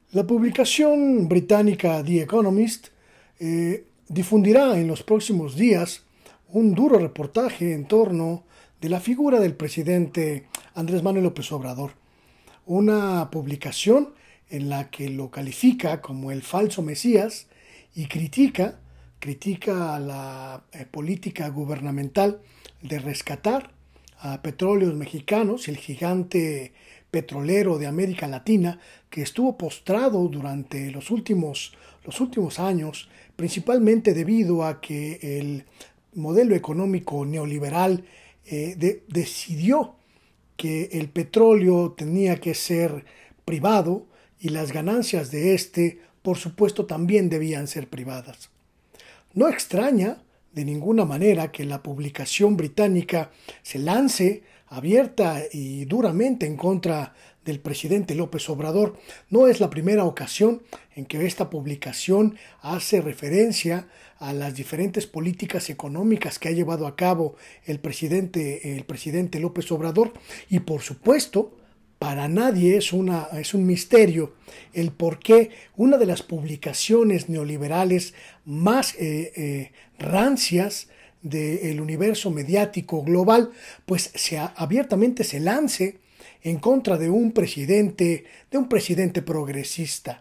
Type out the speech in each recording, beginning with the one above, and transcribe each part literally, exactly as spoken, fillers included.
La publicación británica The Economist eh, difundirá en los próximos días un duro reportaje en torno de la figura del presidente Andrés Manuel López Obrador. Una publicación en la que lo califica como el falso Mesías y critica, critica la eh, política gubernamental de rescatar a Petróleos Mexicanos, el gigante petrolero de América Latina, que estuvo postrado durante los últimos, los últimos años, principalmente debido a que el modelo económico neoliberal eh, de, decidió que el petróleo tenía que ser privado y las ganancias de este, por supuesto, también debían ser privadas. No extraña de ninguna manera que la publicación británica se lance abierta y duramente en contra del presidente López Obrador. No es la primera ocasión en que esta publicación hace referencia a las diferentes políticas económicas que ha llevado a cabo el presidente, el presidente López Obrador, y por supuesto, para nadie es, una, es un misterio el por qué una de las publicaciones neoliberales más eh, eh, rancias del universo mediático global, pues se, abiertamente se lance en contra de un presidente, de un presidente progresista.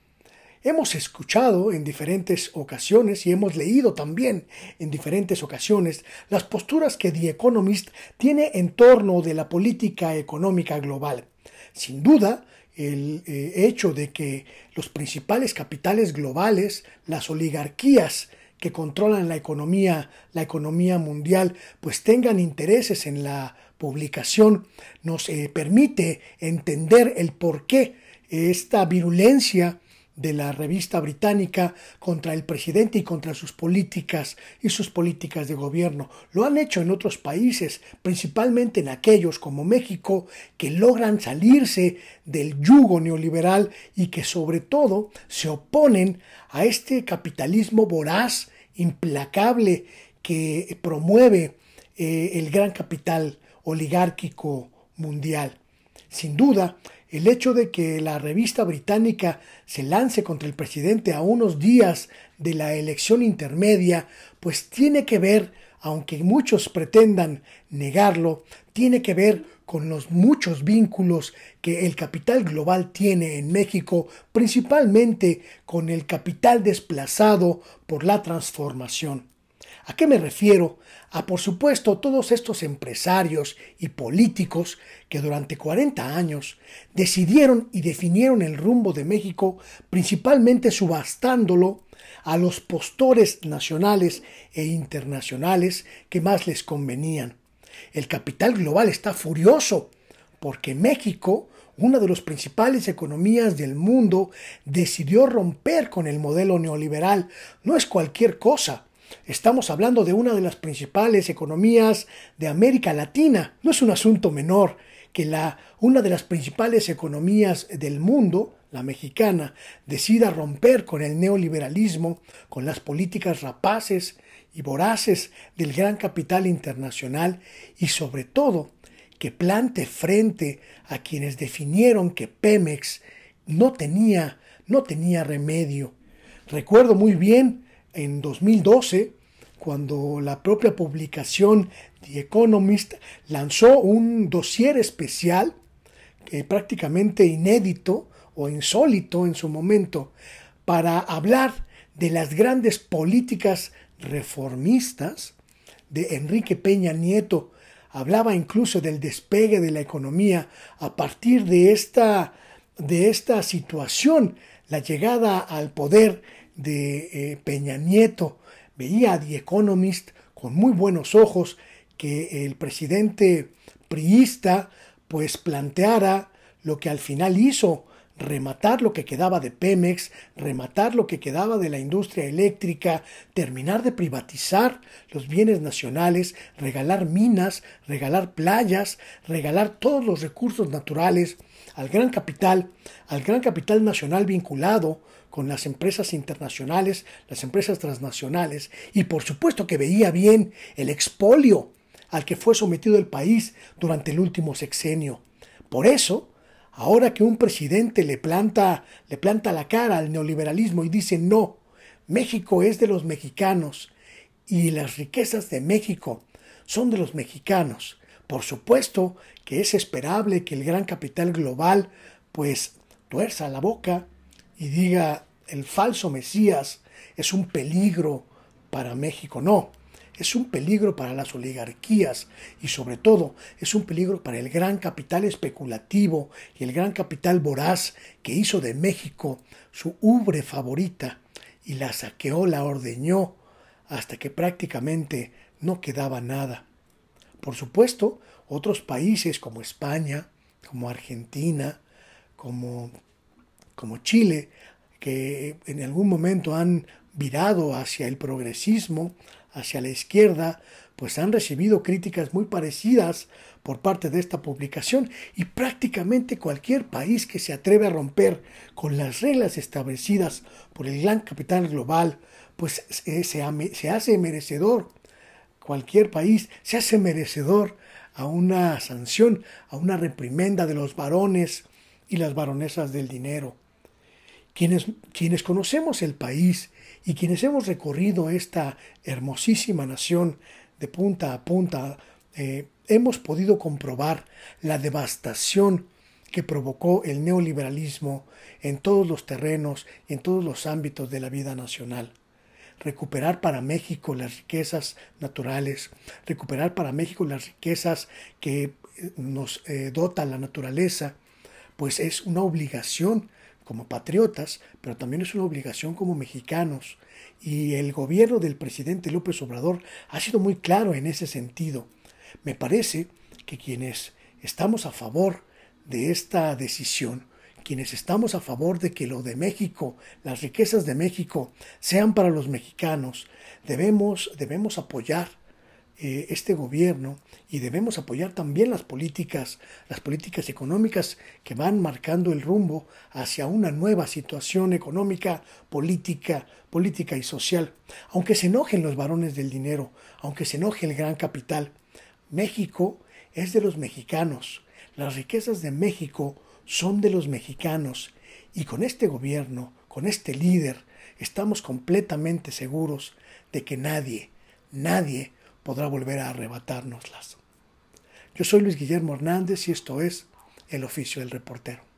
Hemos escuchado en diferentes ocasiones y hemos leído también en diferentes ocasiones las posturas que The Economist tiene en torno de la política económica global. Sin duda, el eh, hecho de que los principales capitales globales, las oligarquías que controlan la economía, la economía mundial, pues tengan intereses en la publicación, nos eh, permite entender el porqué esta virulencia de la revista británica contra el presidente y contra sus políticas y sus políticas de gobierno. Lo han hecho en otros países, principalmente en aquellos como México, que logran salirse del yugo neoliberal y que sobre todo se oponen a este capitalismo voraz, implacable, que promueve eh, el gran capital oligárquico mundial. Sin duda, el hecho de que la revista británica se lance contra el presidente a unos días de la elección intermedia, pues tiene que ver, aunque muchos pretendan negarlo, tiene que ver con los muchos vínculos que el capital global tiene en México, principalmente con el capital desplazado por la transformación. ¿A qué me refiero? A, por supuesto, todos estos empresarios y políticos que durante cuarenta años decidieron y definieron el rumbo de México, principalmente subastándolo a los postores nacionales e internacionales que más les convenían. El capital global está furioso porque México, una de las principales economías del mundo, decidió romper con el modelo neoliberal. No es cualquier cosa. Estamos hablando de una de las principales economías de América Latina. No es un asunto menor que la, una de las principales economías del mundo, la mexicana, decida romper con el neoliberalismo, con las políticas rapaces y voraces del gran capital internacional y sobre todo que plante frente a quienes definieron que Pemex no tenía, no tenía remedio. Recuerdo muy bien en dos mil doce, cuando la propia publicación The Economist lanzó un dossier especial, que prácticamente inédito o insólito en su momento, para hablar de las grandes políticas reformistas de Enrique Peña Nieto. Hablaba incluso del despegue de la economía a partir de esta, de esta situación, la llegada al poder de eh, Peña Nieto. Veía a The Economist con muy buenos ojos que el presidente priista pues planteara lo que al final hizo, rematar lo que quedaba de Pemex, rematar lo que quedaba de la industria eléctrica, terminar de privatizar los bienes nacionales, regalar minas, regalar playas, regalar todos los recursos naturales al gran capital, al gran capital nacional vinculado con las empresas internacionales, las empresas transnacionales, y por supuesto que veía bien el expolio al que fue sometido el país durante el último sexenio. Por eso, Ahora que un presidente le planta, le planta la cara al neoliberalismo y dice no, México es de los mexicanos y las riquezas de México son de los mexicanos. Por supuesto que es esperable que el gran capital global pues tuerza la boca y diga el falso Mesías es un peligro para México. No, es un peligro para las oligarquías y sobre todo es un peligro para el gran capital especulativo y el gran capital voraz que hizo de México su ubre favorita y la saqueó, la ordeñó hasta que prácticamente no quedaba nada. Por supuesto, otros países como España, como Argentina, como, como Chile, que en algún momento han virado hacia el progresismo, hacia la izquierda, pues han recibido críticas muy parecidas por parte de esta publicación y prácticamente cualquier país que se atreve a romper con las reglas establecidas por el gran capital global, pues se, se, se hace merecedor. Cualquier país se hace merecedor a una sanción, a una reprimenda de los varones y las baronesas del dinero. Quienes, quienes conocemos el país y quienes hemos recorrido esta hermosísima nación de punta a punta, eh, hemos podido comprobar la devastación que provocó el neoliberalismo en todos los terrenos y en todos los ámbitos de la vida nacional. Recuperar para México las riquezas naturales, recuperar para México las riquezas que nos eh, dota la naturaleza, pues es una obligación como patriotas, pero también es una obligación como mexicanos. Y el gobierno del presidente López Obrador ha sido muy claro en ese sentido. Me parece que quienes estamos a favor de esta decisión, quienes estamos a favor de que lo de México, las riquezas de México, sean para los mexicanos, debemos, debemos apoyar eh, este gobierno y debemos apoyar también las políticas, las políticas económicas que van marcando el rumbo hacia una nueva situación económica, política, política y social. Aunque se enojen los varones del dinero, aunque se enoje el gran capital, México es de los mexicanos. Las riquezas de México son de los mexicanos y con este gobierno, con este líder, estamos completamente seguros de que nadie, nadie podrá volver a arrebatárnoslas. Yo soy Luis Guillermo Hernández y esto es El Oficio del Reportero.